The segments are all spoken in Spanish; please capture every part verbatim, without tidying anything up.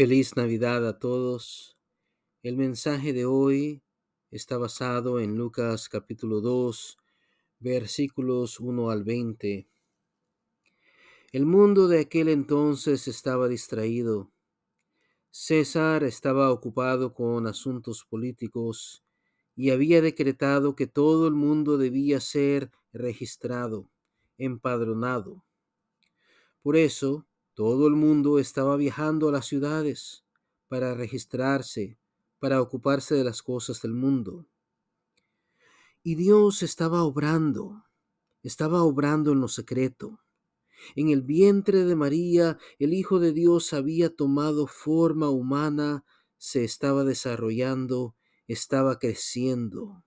Feliz Navidad a todos. El mensaje de hoy está basado en Lucas capítulo dos, versículos uno al veinte. El mundo de aquel entonces estaba distraído. César estaba ocupado con asuntos políticos y había decretado que todo el mundo debía ser registrado, empadronado. Por eso, todo el mundo estaba viajando a las ciudades para registrarse, para ocuparse de las cosas del mundo. Y Dios estaba obrando, estaba obrando en lo secreto. En el vientre de María, el Hijo de Dios había tomado forma humana, se estaba desarrollando, estaba creciendo.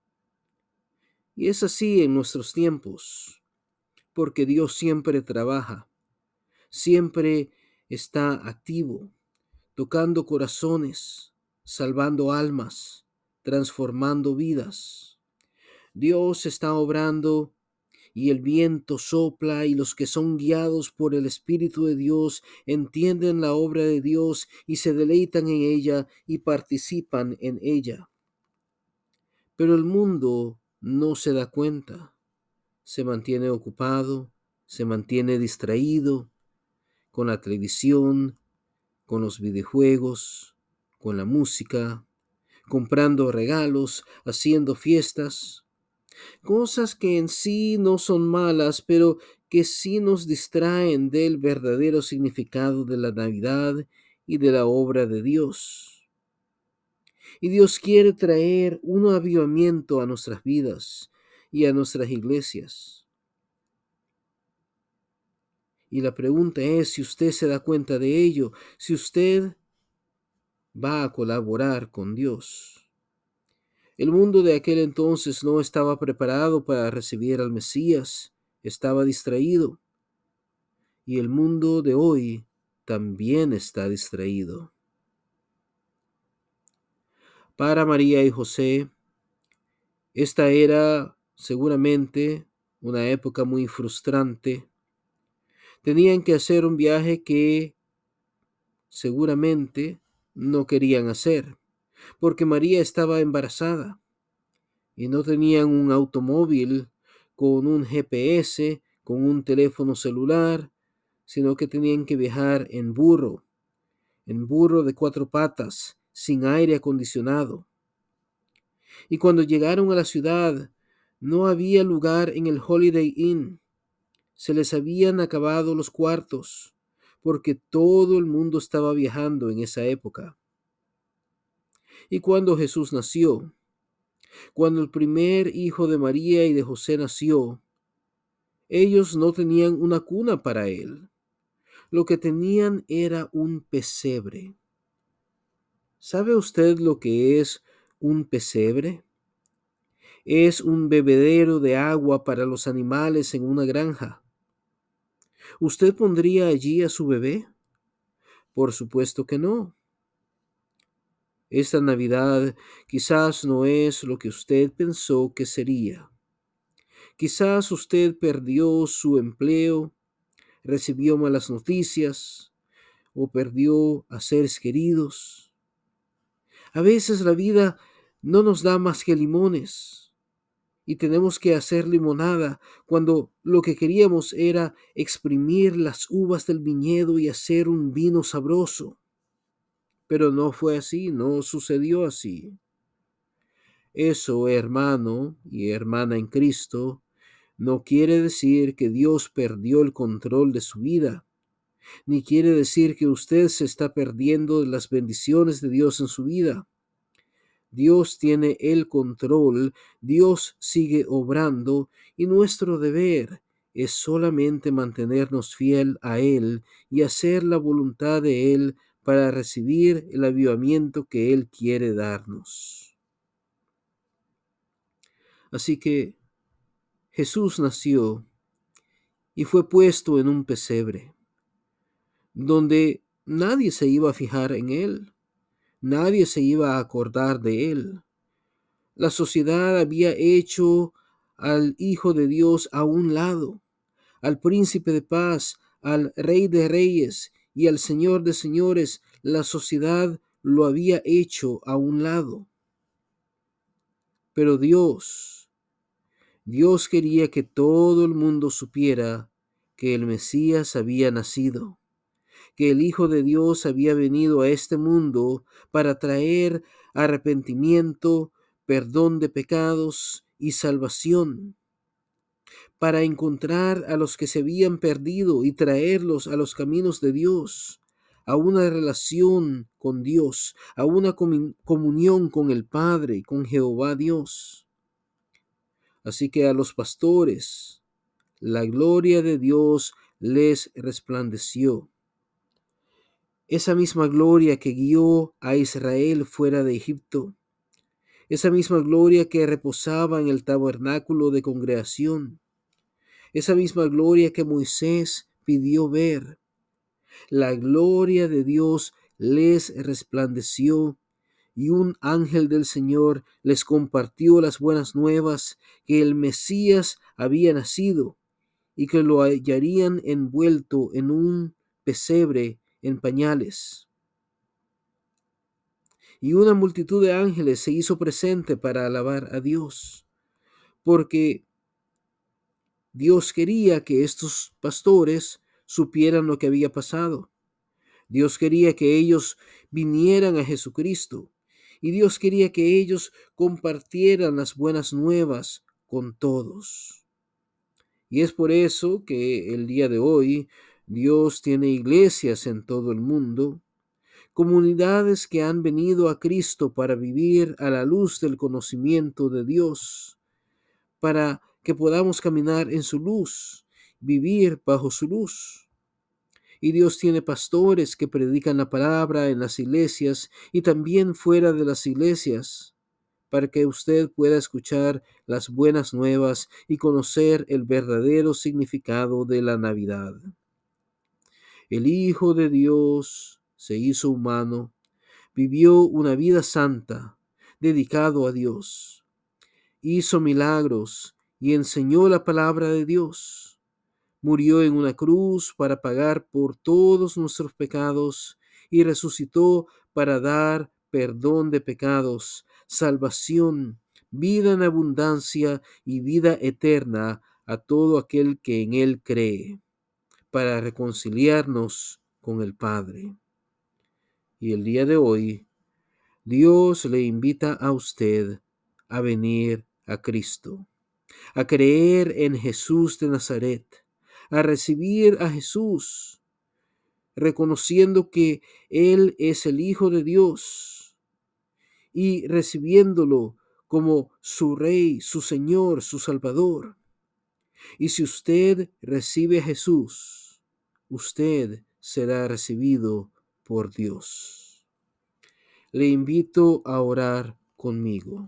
Y es así en nuestros tiempos, porque Dios siempre trabaja, siempre está activo, tocando corazones, salvando almas, transformando vidas. Dios está obrando y el viento sopla y los que son guiados por el Espíritu de Dios entienden la obra de Dios y se deleitan en ella y participan en ella. Pero el mundo no se da cuenta, se mantiene ocupado, se mantiene distraído con la televisión, con los videojuegos, con la música, comprando regalos, haciendo fiestas, cosas que en sí no son malas, pero que sí nos distraen del verdadero significado de la Navidad y de la obra de Dios. Y Dios quiere traer un avivamiento a nuestras vidas y a nuestras iglesias. Y la pregunta es si usted se da cuenta de ello, si usted va a colaborar con Dios. El mundo de aquel entonces no estaba preparado para recibir al Mesías, estaba distraído. Y el mundo de hoy también está distraído. Para María y José, esta era seguramente una época muy frustrante. Tenían que hacer un viaje que seguramente no querían hacer, porque María estaba embarazada y no tenían un automóvil con un G P S, con un teléfono celular, sino que tenían que viajar en burro, en burro de cuatro patas, sin aire acondicionado. Y cuando llegaron a la ciudad, no había lugar en el Holiday Inn. Se les habían acabado los cuartos, porque todo el mundo estaba viajando en esa época. Y cuando Jesús nació, cuando el primer hijo de María y de José nació, ellos no tenían una cuna para él. Lo que tenían era un pesebre. ¿Sabe usted lo que es un pesebre? Es un bebedero de agua para los animales en una granja. ¿Usted pondría allí a su bebé? Por supuesto que no. Esta Navidad quizás no es lo que usted pensó que sería. Quizás usted perdió su empleo, recibió malas noticias o perdió a seres queridos. A veces la vida no nos da más que limones y tenemos que hacer limonada cuando lo que queríamos era exprimir las uvas del viñedo y hacer un vino sabroso. Pero no fue así, no sucedió así. Eso, hermano y hermana en Cristo, no quiere decir que Dios perdió el control de su vida, ni quiere decir que usted se está perdiendo de las bendiciones de Dios en su vida. Dios tiene el control, Dios sigue obrando y nuestro deber es solamente mantenernos fiel a Él y hacer la voluntad de Él para recibir el avivamiento que Él quiere darnos. Así que Jesús nació y fue puesto en un pesebre, donde nadie se iba a fijar en Él, nadie se iba a acordar de Él. La sociedad había hecho al Hijo de Dios a un lado, al Príncipe de Paz, al Rey de Reyes y al Señor de señores, la sociedad lo había hecho a un lado. Pero Dios, Dios quería que todo el mundo supiera que el Mesías había nacido, que el Hijo de Dios había venido a este mundo para traer arrepentimiento, perdón de pecados y salvación, para encontrar a los que se habían perdido y traerlos a los caminos de Dios, a una relación con Dios, a una comunión con el Padre, con Jehová Dios. Así que a los pastores, la gloria de Dios les resplandeció. Esa misma gloria que guió a Israel fuera de Egipto, esa misma gloria que reposaba en el tabernáculo de congregación, esa misma gloria que Moisés pidió ver, la gloria de Dios les resplandeció y un ángel del Señor les compartió las buenas nuevas que el Mesías había nacido y que lo hallarían envuelto en un pesebre en pañales. Y una multitud de ángeles se hizo presente para alabar a Dios, porque Dios quería que estos pastores supieran lo que había pasado. Dios quería que ellos vinieran a Jesucristo y Dios quería que ellos compartieran las buenas nuevas con todos. Y es por eso que el día de hoy Dios tiene iglesias en todo el mundo, comunidades que han venido a Cristo para vivir a la luz del conocimiento de Dios, para que podamos caminar en su luz, vivir bajo su luz. Y Dios tiene pastores que predican la palabra en las iglesias y también fuera de las iglesias, para que usted pueda escuchar las buenas nuevas y conocer el verdadero significado de la Navidad. El Hijo de Dios se hizo humano, vivió una vida santa, dedicado a Dios, hizo milagros y enseñó la palabra de Dios. Murió en una cruz para pagar por todos nuestros pecados y resucitó para dar perdón de pecados, salvación, vida en abundancia y vida eterna a todo aquel que en Él cree, para reconciliarnos con el Padre. Y el día de hoy, Dios le invita a usted a venir a Cristo, a creer en Jesús de Nazaret, a recibir a Jesús, reconociendo que Él es el Hijo de Dios y recibiéndolo como su Rey, su Señor, su Salvador. Y si usted recibe a Jesús, usted será recibido por Dios. Le invito a orar conmigo.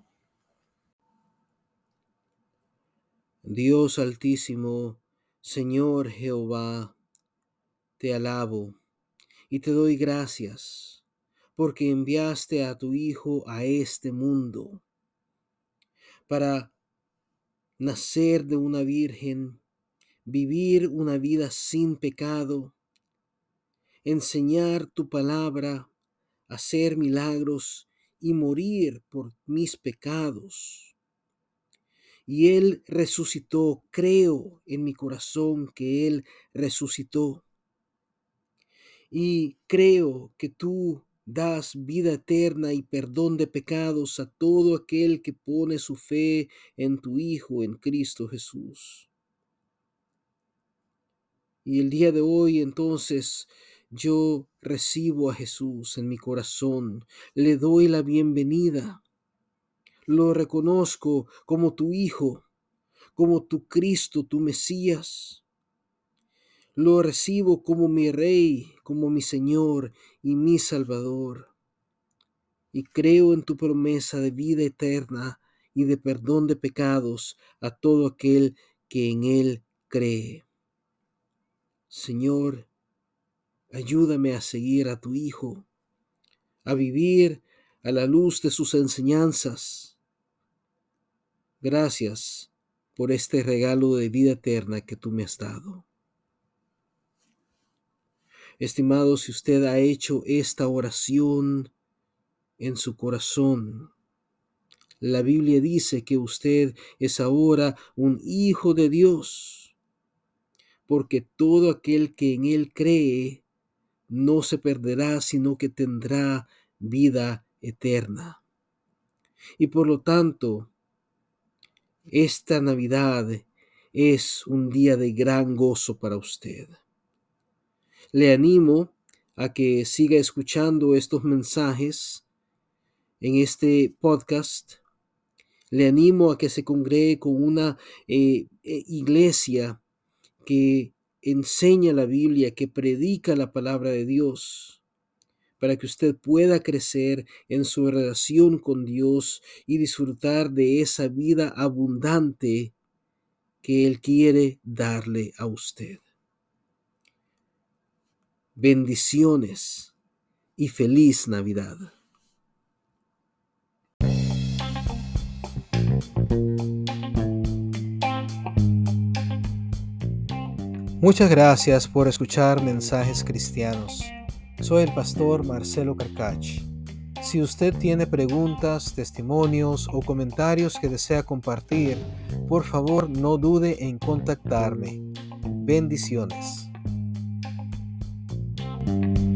Dios Altísimo, Señor Jehová, te alabo y te doy gracias porque enviaste a tu Hijo a este mundo para nacer de una virgen, vivir una vida sin pecado, enseñar tu palabra, hacer milagros y morir por mis pecados. Y Él resucitó, creo en mi corazón que Él resucitó. Y creo que tú das vida eterna y perdón de pecados a todo aquel que pone su fe en tu Hijo, en Cristo Jesús. Y el día de hoy, entonces, yo recibo a Jesús en mi corazón, le doy la bienvenida, lo reconozco como tu Hijo, como tu Cristo, tu Mesías. Lo recibo como mi Rey, como mi Señor y mi Salvador. Y creo en tu promesa de vida eterna y de perdón de pecados a todo aquel que en Él cree. Señor, ayúdame a seguir a tu Hijo, a vivir a la luz de sus enseñanzas. Gracias por este regalo de vida eterna que tú me has dado. Estimado, si usted ha hecho esta oración en su corazón, la Biblia dice que usted es ahora un hijo de Dios, porque todo aquel que en Él cree no se perderá, sino que tendrá vida eterna. Y por lo tanto, esta Navidad es un día de gran gozo para usted. Le animo a que siga escuchando estos mensajes en este podcast. Le animo a que se congregue con una eh, eh, iglesia que enseña la Biblia, que predica la palabra de Dios, para que usted pueda crecer en su relación con Dios y disfrutar de esa vida abundante que Él quiere darle a usted. Bendiciones y feliz Navidad. Muchas gracias por escuchar Mensajes Cristianos. Soy el pastor Marcelo Carcach. Si usted tiene preguntas, testimonios o comentarios que desea compartir, por favor no dude en contactarme. Bendiciones.